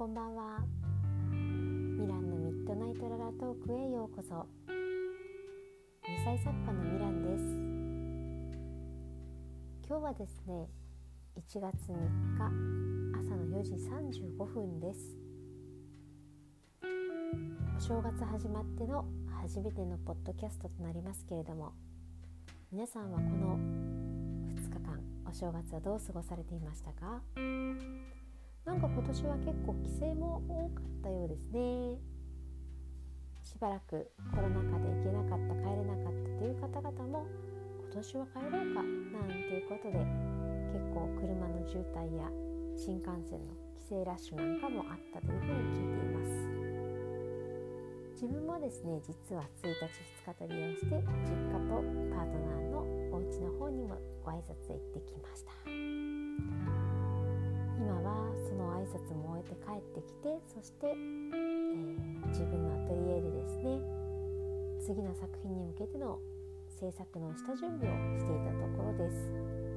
こんばんは。ミランのミッドナイトララトークへようこそ。2歳作家のミランです。今日はですね、1月3日朝の4時35分です。お正月始まっての初めてのポッドキャストとなりますけれども、皆さんはこの2日間お正月はどう過ごされていましたか？なんか今年は結構帰省も多かったようですね。しばらくコロナ禍で行けなかった、帰れなかったという方々も今年は帰ろうかなんていうことで、結構車の渋滞や新幹線の帰省ラッシュなんかもあったというふうに聞いています。自分もですね、実は1日2日と利用して実家とパートナーのお家の方にもご挨拶へ行ってきました。今はその挨拶も終えて帰ってきて、そして、自分のアトリエでですね、次の作品に向けての制作の下準備をしていたところです。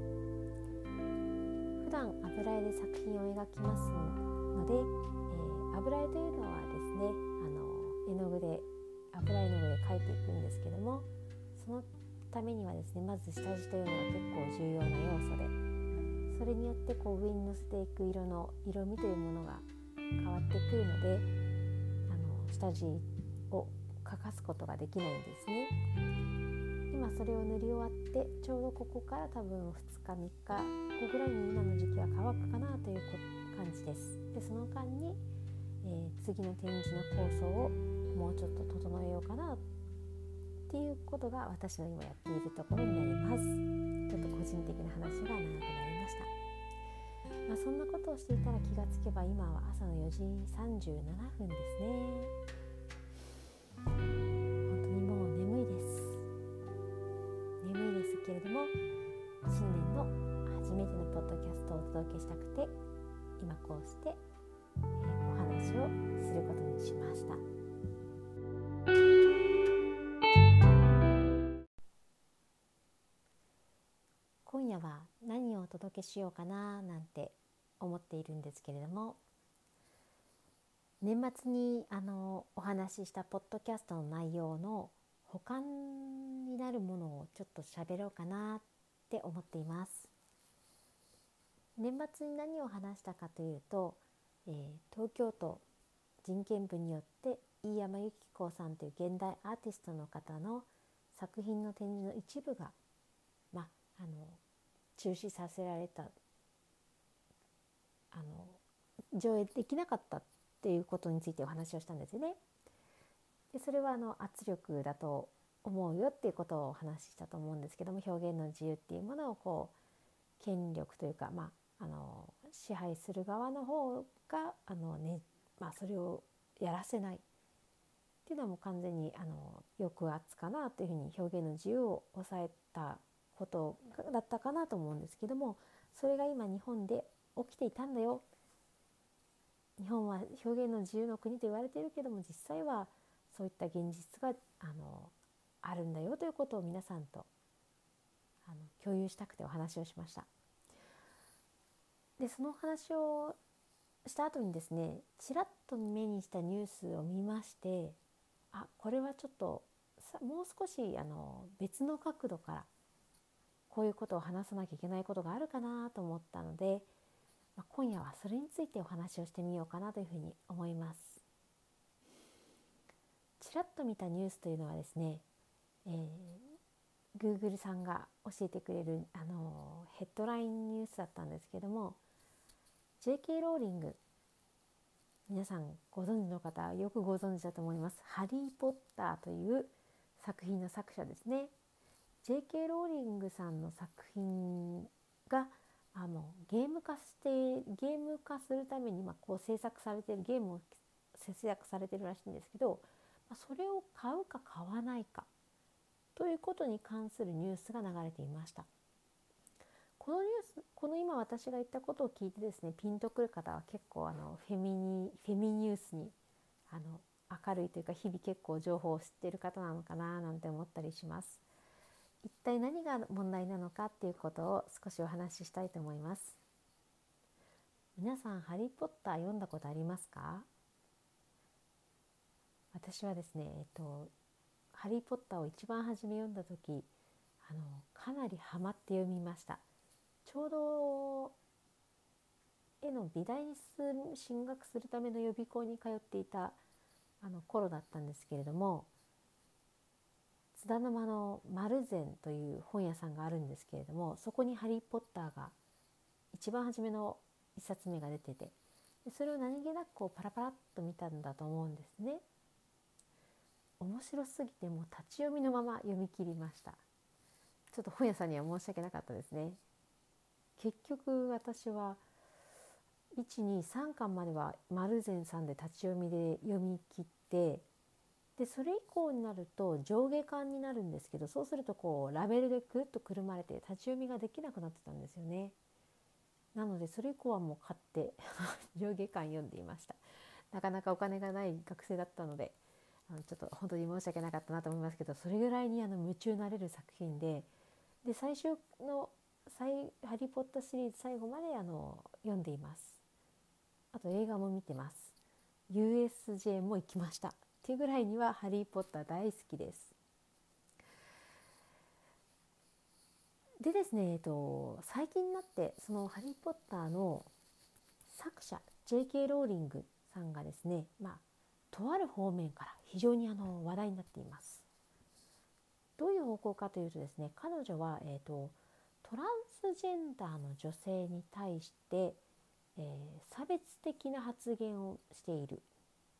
普段油絵で作品を描きますので、油絵というのはですね、油絵の具で描いていくんですけども、そのためにはですね、まず下地というのが結構重要な要素で、それによって上に乗せていく色味というものが変わってくるので、下地を描かすことができないんですね。今それを塗り終わって、ちょうどここから多分2日3日後ぐらいに今の時期は乾くかなという感じです。でその間に、次の展示の構想をもうちょっと整えようかなっていうことが私の今やっているところになります。ちょっと個人的な話が長くなりました。そんなことをしていたら気がつけば今は朝の4時37分ですね。本当にもう眠いですけれども、新年の初めてのポッドキャストをお届けしたくて、今こうして、お話をすることにしました。今夜は何をお届けしようかななんて思っているんですけれども、年末にお話ししたポッドキャストの内容の補完になるものをちょっと喋ろうかなって思っています。年末に何を話したかというと、東京都人権部によって飯山由紀子さんという現代アーティストの方の作品の展示の一部が、中止させられた、上映できなかったっていうことについてお話をしたんですよね。でそれは圧力だと思うよっていうことをお話ししたと思うんですけども、表現の自由っていうものを権力というか、支配する側の方がそれをやらせないっていうのはもう完全に抑圧かなというふうに、表現の自由を抑えたことだったかなと思うんですけども、それが今日本で起きていたんだよ。日本は表現の自由の国と言われているけども、実際はそういった現実があるんだよということを皆さんと共有したくてお話をしました。でその話をした後にですね、ちらっと目にしたニュースを見まして、これはちょっともう少し別の角度からこういうことを話さなきゃいけないことがあるかなと思ったので、今夜はそれについてお話をしてみようかなというふうに思います。ちらっと見たニュースというのはですね、Google さんが教えてくれるヘッドラインニュースだったんですけども、 J.K. ローリング、皆さんご存知の方はよくご存知だと思います。ハリー・ポッターという作品の作者ですね。 J.K. ローリングさんの作品がゲーム化するために制作されている、ゲームを制作されているらしいんですけど、それを買うか買わないかということに関するニュースが流れていました。このニュース、今私が言ったことを聞いてですね、ピンとくる方は結構フェミニュースに明るいというか、日々結構情報を知っている方なのかななんて思ったりします。一体何が問題なのかっていうことを少しお話ししたいと思います。 皆さんハリーポッター読んだことありますか？私はですね、ハリーポッターを一番初め読んだ時、かなりハマって読みました。ちょうど絵の美大に進学するための予備校に通っていた頃だったんですけれども、津田沼の丸善という本屋さんがあるんですけれども、そこにハリーポッターが一番初めの一冊目が出てて、それを何気なくパラパラっと見たんだと思うんですね。面白すぎてもう立ち読みのまま読み切りました。ちょっと本屋さんには申し訳なかったですね。結局私は123巻までは丸善さんで立ち読みで読み切って、でそれ以降になると上下巻になるんですけど、そうするとラベルでくるっとくるまれて立ち読みができなくなってたんですよね。なのでそれ以降はもう買って上下巻読んでいました。なかなかお金がない学生だったので、ちょっと本当に申し訳なかったなと思いますけど、それぐらいに夢中になれる作品で、最終のハリーポッターシリーズ最後まで読んでいます。あと映画も見てます。 USJ も行きましたっていうぐらいにはハリーポッター大好きです。でですね、最近になってそのハリーポッターの作者 J.K. ローリングさんがですね、とある方面から非常に話題になっています。どういう方向かというとですね、彼女は、トランスジェンダーの女性に対して、差別的な発言をしている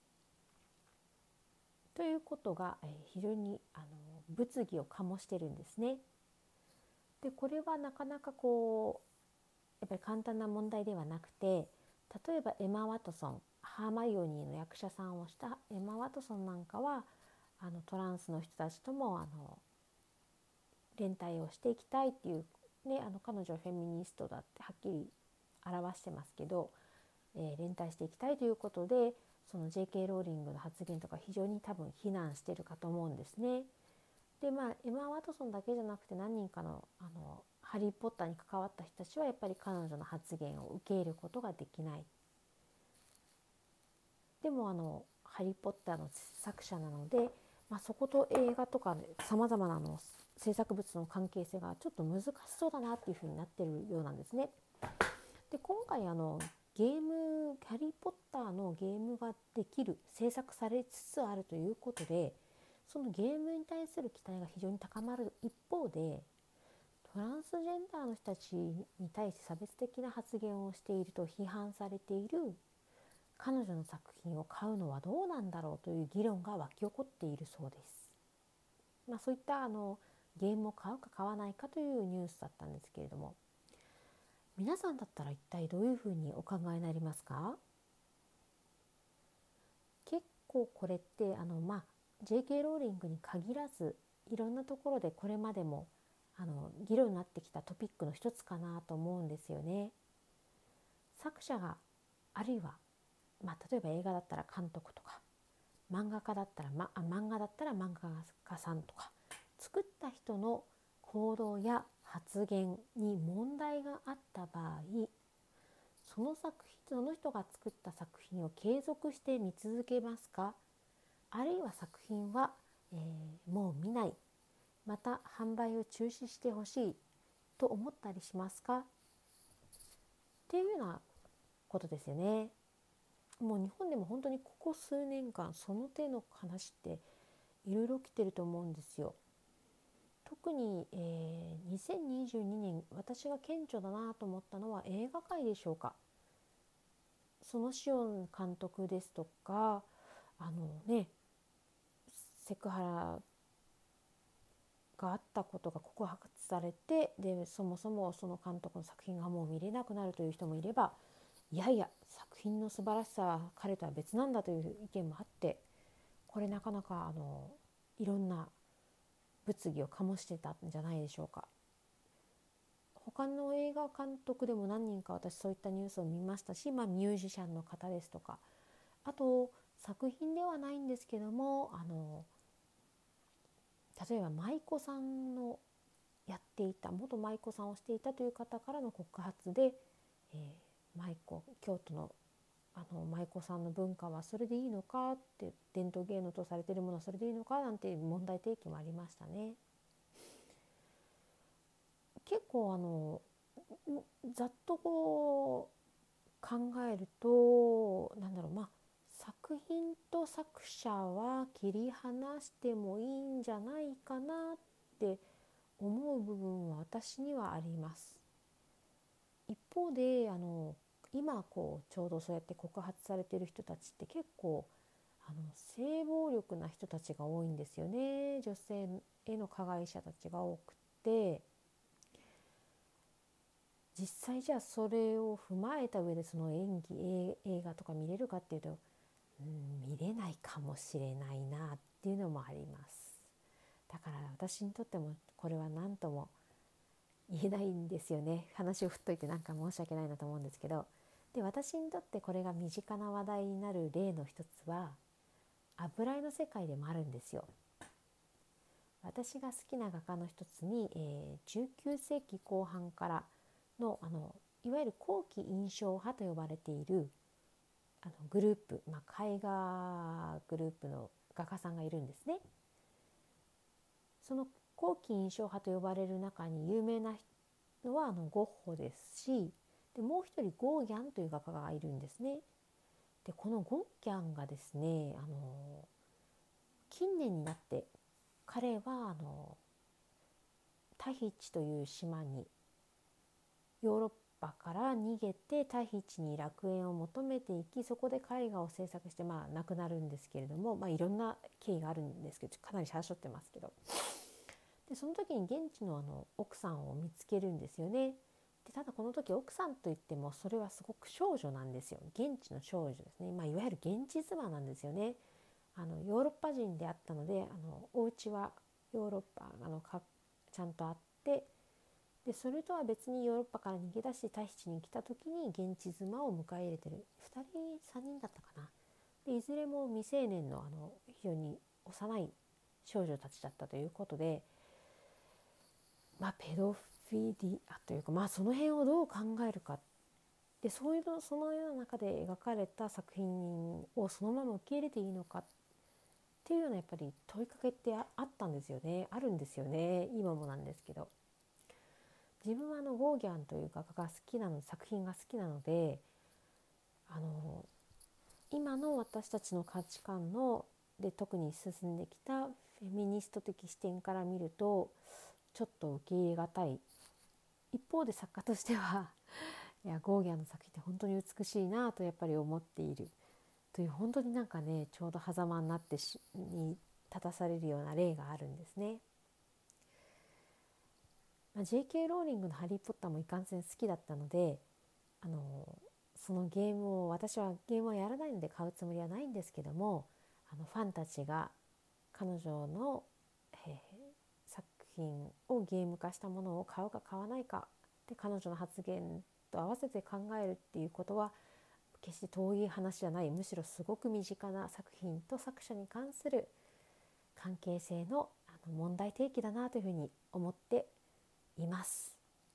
ということが、非常に物議を醸してるんですね。でこれはなかなかやっぱり簡単な問題ではなくて、例えばエマ・ワトソン、ハーマイオニーの役者さんをしたエマ・ワトソンなんかはトランスの人たちとも連帯をしていきたいっていう、ね、彼女はフェミニストだってはっきり表してますけど、連帯していきたいということで、その J.K. ローリングの発言とか非常に多分非難してるかと思うんですね。でエマ・ワトソンだけじゃなくて何人かのハリー・ポッターに関わった人たちはやっぱり彼女の発言を受け入れることができない。でもハリー・ポッターの作者なので、そこと映画とかさまざまな制作物の関係性がちょっと難しそうだなっていうふうになってるようなんですね。で今回ハリー・ポッターのゲームができる、制作されつつあるということで、そのゲームに対する期待が非常に高まる一方で、トランスジェンダーの人たちに対して差別的な発言をしていると批判されている彼女の作品を買うのはどうなんだろうという議論が沸き起こっているそうです。そういったゲームを買うか買わないかというニュースだったんですけれども、皆さんだったら一体どういうふうにお考えになりますか？結構これって、J.K. ローリングに限らずいろんなところでこれまでも議論になってきたトピックの一つかなと思うんですよね。作者が、あるいは、例えば映画だったら監督とか、漫画だったら漫画家さんとか、作った人の行動や発言に問題があった場合、その人が作った作品を継続して見続けますか？あるいは作品は、もう見ない、また販売を中止してほしいと思ったりしますか？っていうようなことですよね。もう日本でも本当にここ数年間その手の話っていろいろ起きてると思うんですよ。特に、2022年私が顕著だなと思ったのは映画界でしょうか。そのシオン監督ですとか、セクハラがあったことが告発されて、でそもそもその監督の作品がもう見れなくなるという人もいれば、いやいや作品の素晴らしさは彼とは別なんだという意見もあって、これなかなかいろんな物議を醸してたんじゃないでしょうか。他の映画監督でも何人か私そういったニュースを見ましたし、ミュージシャンの方ですとか、あと作品ではないんですけども例えば舞妓さんのやっていた元舞妓さんをしていたという方からの告発で、 京都の舞妓さんの文化はそれでいいのかって、伝統芸能とされているものはそれでいいのかなんていう問題提起もありましたね。結構ざっとこう考えると作品と作者は切り離してもいいんじゃないかなって思う部分は私にはあります。一方で今ちょうどそうやって告発されている人たちって結構性暴力な人たちが多いんですよね。女性への加害者たちが多くて、実際じゃあそれを踏まえた上でその演技映画とか見れるかっていうと、見れないかもしれないなっていうのもあります。だから私にとってもこれは何とも言えないんですよね。話を振っといてなんか申し訳ないなと思うんですけど、で私にとってこれが身近な話題になる例の一つは油絵の世界でもあるんですよ。私が好きな画家の一つに、19世紀後半からのいわゆる後期印象派と呼ばれているグループ、絵画グループの画家さんがいるんですね。その後期印象派と呼ばれる中に有名なのはゴッホですし、でもう一人ゴーギャンという画家がいるんですね。でこのゴーギャンがですね、近年になって彼はタヒチという島にヨーロッパから逃げてタヒチに楽園を求めていき、そこで絵画を制作して亡くなるんですけれども、いろんな経緯があるんですけどかなりしゃしょってますけど、でその時に現地の奥さんを見つけるんですよね。でただこの時奥さんといってもそれはすごく少女なんですよ。現地の少女ですね。いわゆる現地妻なんですよね。ヨーロッパ人であったのでお家はヨーロッパちゃんとあって、でそれとは別にヨーロッパから逃げ出してタヒチに来た時に現地妻を迎え入れてる2人3人だったかな。でいずれも未成年の非常に幼い少女たちだったということで、ペドフィリアというか、その辺をどう考えるかで、そのような中で描かれた作品をそのまま受け入れていいのかっていうようなやっぱり問いかけってあったんですよね。あるんですよね。今もなんですけど、自分はゴーギャンという画家が好きなの、作品が好きなので、今の私たちの価値観で特に進んできたフェミニスト的視点から見るとちょっと受け入れがたい。一方で作家としてはいやゴーギャンの作品って本当に美しいなとやっぱり思っているという、本当にちょうど狭間になってに立たされるような例があるんですね。J.K. ローリングのハリーポッターもいかんせん好きだったので、そのゲームを、私はゲームはやらないので買うつもりはないんですけども、ファンたちが彼女の、作品をゲーム化したものを買うか買わないかで彼女の発言と合わせて考えるっていうことは決して遠い話じゃない、むしろすごく身近な作品と作者に関する関係性の問題提起だなというふうに思っています。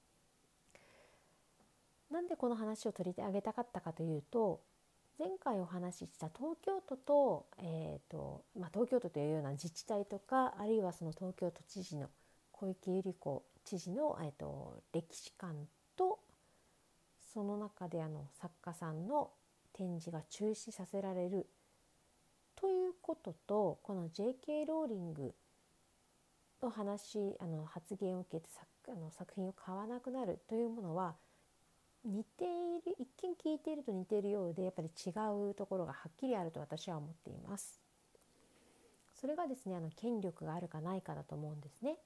なんでこの話を取り上げたかったかというと、前回お話しした東京都と、東京都というような自治体とか、あるいはその東京都知事の小池百合子知事の、歴史館と、その中で作家さんの展示が中止させられるということと、この J.K. ローリングの発言を受けて作品を買わなくなるというものは似ている、一見聞いていると似ているようでやっぱり違うところがはっきりあると私は思っています。それがですね、権力があるかないかだと思うんですね。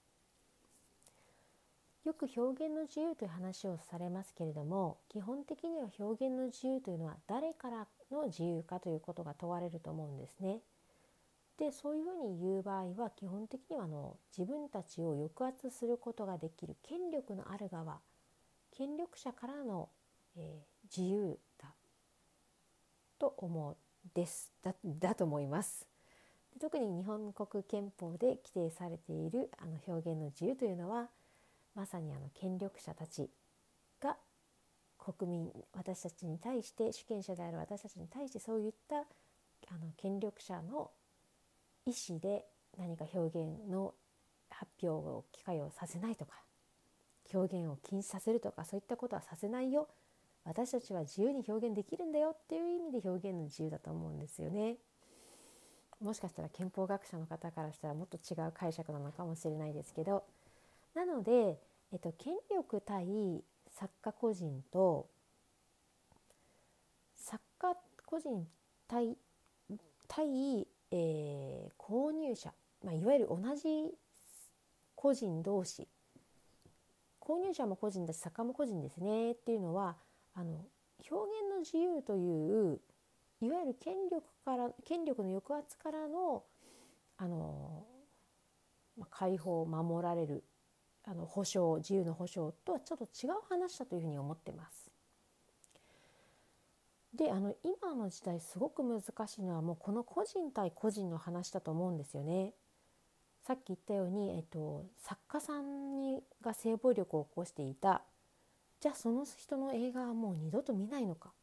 よく表現の自由という話をされますけれども、基本的には表現の自由というのは誰からの自由かということが問われると思うんですね。でそういうふうに言う場合は基本的には自分たちを抑圧することができる権力のある側、権力者からの、自由だと思うですだと思います。で特に日本国憲法で規定されている表現の自由というのはまさに権力者たちが国民、私たちに対して、主権者である私たちに対して、そういった権力者の意思で何か表現の発表を機会をさせないとか、表現を禁止させるとか、そういったことはさせないよ、私たちは自由に表現できるんだよっていう意味で表現の自由だと思うんですよね。もしかしたら憲法学者の方からしたらもっと違う解釈なのかもしれないですけど、なので、権力対作家個人と作家個人対、購入者、いわゆる同じ個人同士、購入者も個人だし作家も個人ですねっていうのは、表現の自由といういわゆる権力の抑圧からの、解放、守られる保障、自由の保障とはちょっと違う話だというふうに思ってます。で、今の時代すごく難しいのはもうこの個人対個人の話だと思うんですよね。さっき言ったように、作家さんが性暴力を起こしていた。じゃあその人の映画はもう二度と見ないのか。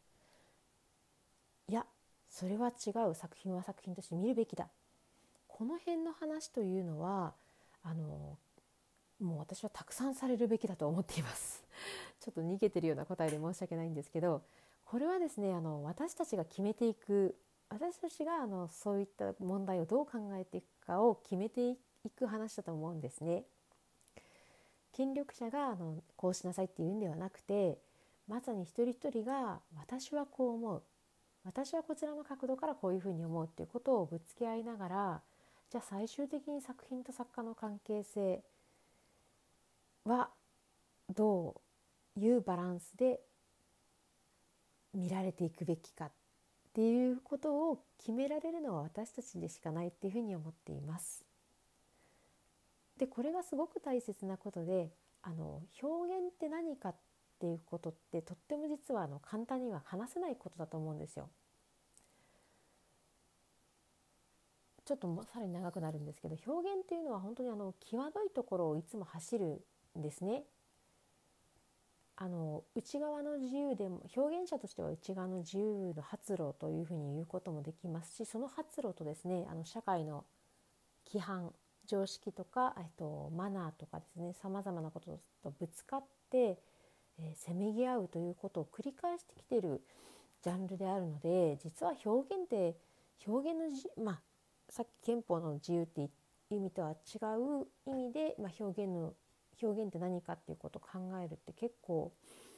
いや、それは違う、作品は作品として見るべきだ。この辺の話というのはもう私はたくさんされるべきだと思っていますちょっと逃げてるような答えで申し訳ないんですけど、これはですね、私たちが決めていく、私たちがそういった問題をどう考えていくかを決めていく話だと思うんですね。権力者がこうしなさいっていうんではなくて、まさに一人一人が私はこう思う、私はこちらの角度からこういうふうに思うっていうことをぶつけ合いながら、じゃあ最終的に作品と作家の関係性はどういうバランスで見られていくべきかっていうことを決められるのは私たちでしかないっていうふうに思っています。で、これがすごく大切なことで、表現って何かっていうことってとっても実は簡単には話せないことだと思うんですよ。ちょっとさらに長くなるんですけど、表現っていうのは本当に際どいところをいつも走るんですね。内側の自由でも、表現者としては内側の自由の発露というふうに言うこともできますし、その発露とですね、社会の規範、常識とか、マナーとかですね、さまざまなこととぶつかって、せめぎ合うということを繰り返してきているジャンルであるので、実は表現って表現のさっき憲法の自由っていう意味とは違う意味で、表現って何かっていうことを考えるって結構、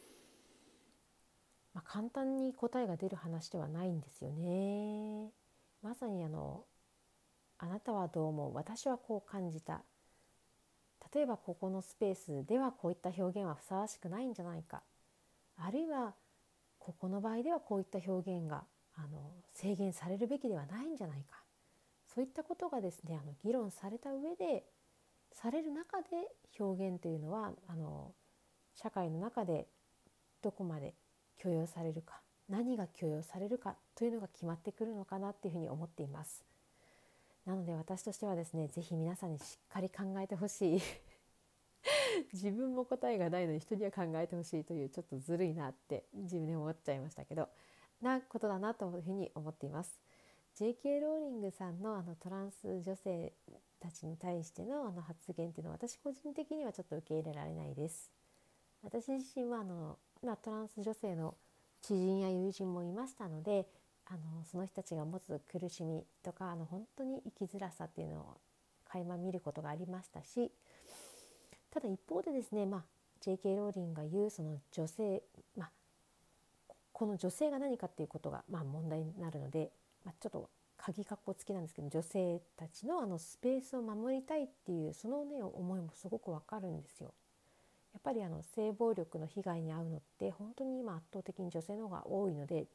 簡単に答えが出る話ではないんですよね。まさにあなたはどう思う、私はこう感じた、例えばここのスペースではこういった表現はふさわしくないんじゃないか、あるいはここの場合ではこういった表現が制限されるべきではないんじゃないか、そういったことがですね議論された上でされる中で、表現というのは社会の中でどこまで許容されるか、何が許容されるかというのが決まってくるのかなというふうに思っています。なので私としてはですね、ぜひ皆さんにしっかり考えてほしい自分も答えがないのに人には考えてほしいという、ちょっとずるいなって自分で思っちゃいましたけど、なことだなというふうに思っています。J.K. ローリングさんのトランス女性たちに対しての発言っていうのは、私個人的にはちょっと受け入れられないです。私自身はトランス女性の知人や友人もいましたので、その人たちが持つ苦しみとか本当に生きづらさっていうのを垣間見ることがありましたし、ただ一方でですね、J.K. ローリングが言うその女性、この女性が何かっていうことが問題になるので、ちょっと鍵括弧付きなんですけど、女性たちのスペースを守りたいっていうそのね思いもすごくわかるんですよ。やっぱり性暴力の被害に遭うのって本当に今圧倒的に女性の方が多いので、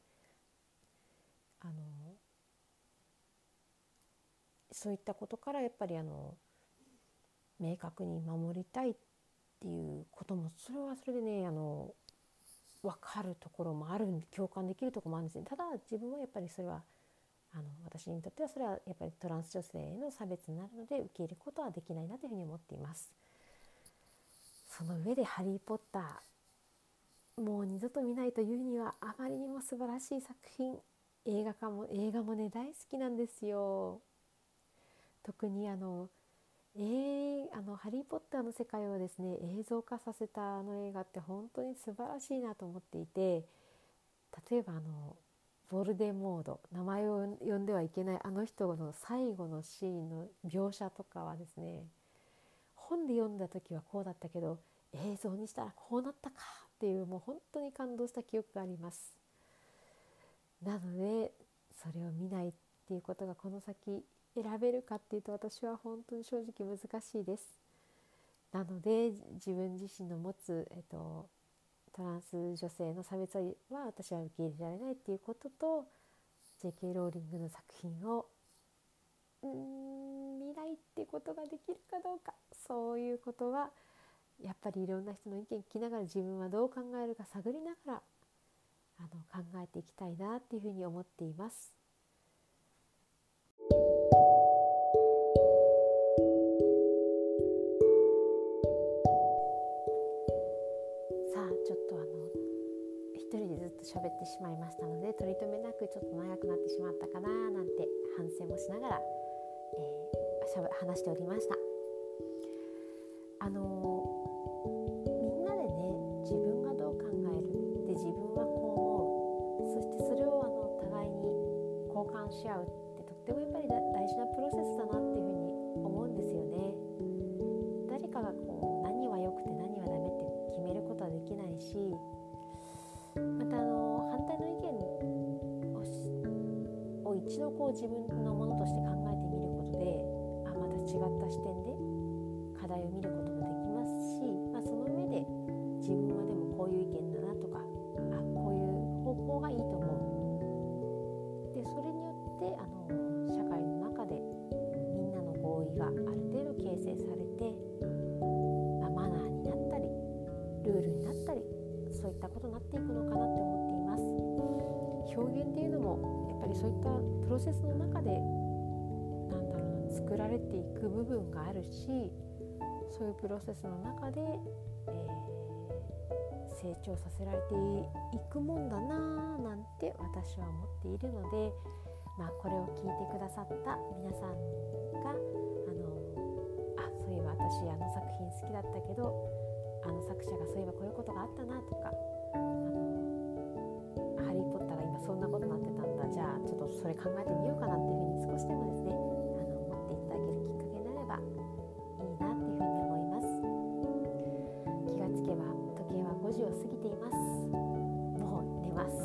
そういったことからやっぱり明確に守りたいっていうことも、それはそれでね分かるところもある、共感できるところもあるんですね。ただ自分はやっぱりそれは私にとってはそれはやっぱりトランス女性への差別になるので受け入れることはできないなというふうに思っています。その上でハリーポッターもう二度と見ないというにはあまりにも素晴らしい作品。映画もね大好きなんですよ。特にハリーポッターの世界をですね映像化させた映画って本当に素晴らしいなと思っていて、例えばヴォルデモード、名前を呼んではいけない人の最後のシーンの描写とかはですね、本で読んだ時はこうだったけど映像にしたらこうなったかっていう、もう本当に感動した記憶があります。なのでそれを見ないっていうことがこの先選べるかっていうと、私は本当に正直難しいです。なので自分自身の持つ、トランス女性の差別は私は受け入れられないっていうことと、 JK ローリングの作品を見ないっていうことができるかどうか、そういうことはやっぱりいろんな人の意見聞きながら自分はどう考えるか探りながら考えていきたいなっていうふうに思っています。さあちょっと一人でずっと喋ってしまいましたので、取り留めなくちょっと長くなってしまったかななんて反省もしながら、話しておりました。みんなでね、自分がどう考えるで、自分はこう思う、そしてそれを互いに交換し合うってとってもやっぱり大事なプロセスだなっていうふうに思うんですよね。誰かがこう何は良くて何はダメって決めることはできないし、また反対の意見を一度こう自分のものとして考えてみることで、また違った視点で課題を見ることもできますし、その上で自分はでもこういう意見だなとか、こういう方向がいいと思う。でそれによって社会の中でみんなの合意がある程度形成されて、マナーになったりルールになったり、そういったことになっていくのかなって思っています。表現っていうのもやっぱりそういったプロセスの中で作られていく部分があるし、そういうプロセスの中で、成長させられていくもんだななんて私は思っているので、これを聞いてくださった皆さんがそういえば私作品好きだったけど作者がそういえばこういうことがあったなとか、ハリーポッターが今そんなことになってたんだ、じゃあちょっとそれ考えてみようかなっていうふうに少しでもですね思っていただけるきっかけになればいいなっていうふうに思います。気がつけば時計は5時を過ぎています。もう寝ます。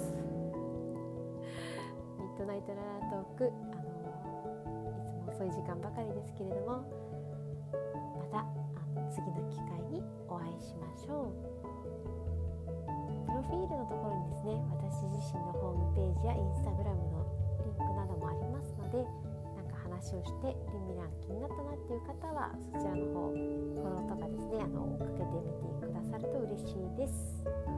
ミッドナイトララトーク、いつも遅い時間ばかりですけれども、また次の機会にお会いしましょう。プロフィールのところにですね、私自身のホームページやインスタグラムのリンクなどもありますので、話をしてリミラン気になったなっていう方はそちらの方フォローとかですね追っかけてみてくださると嬉しいです。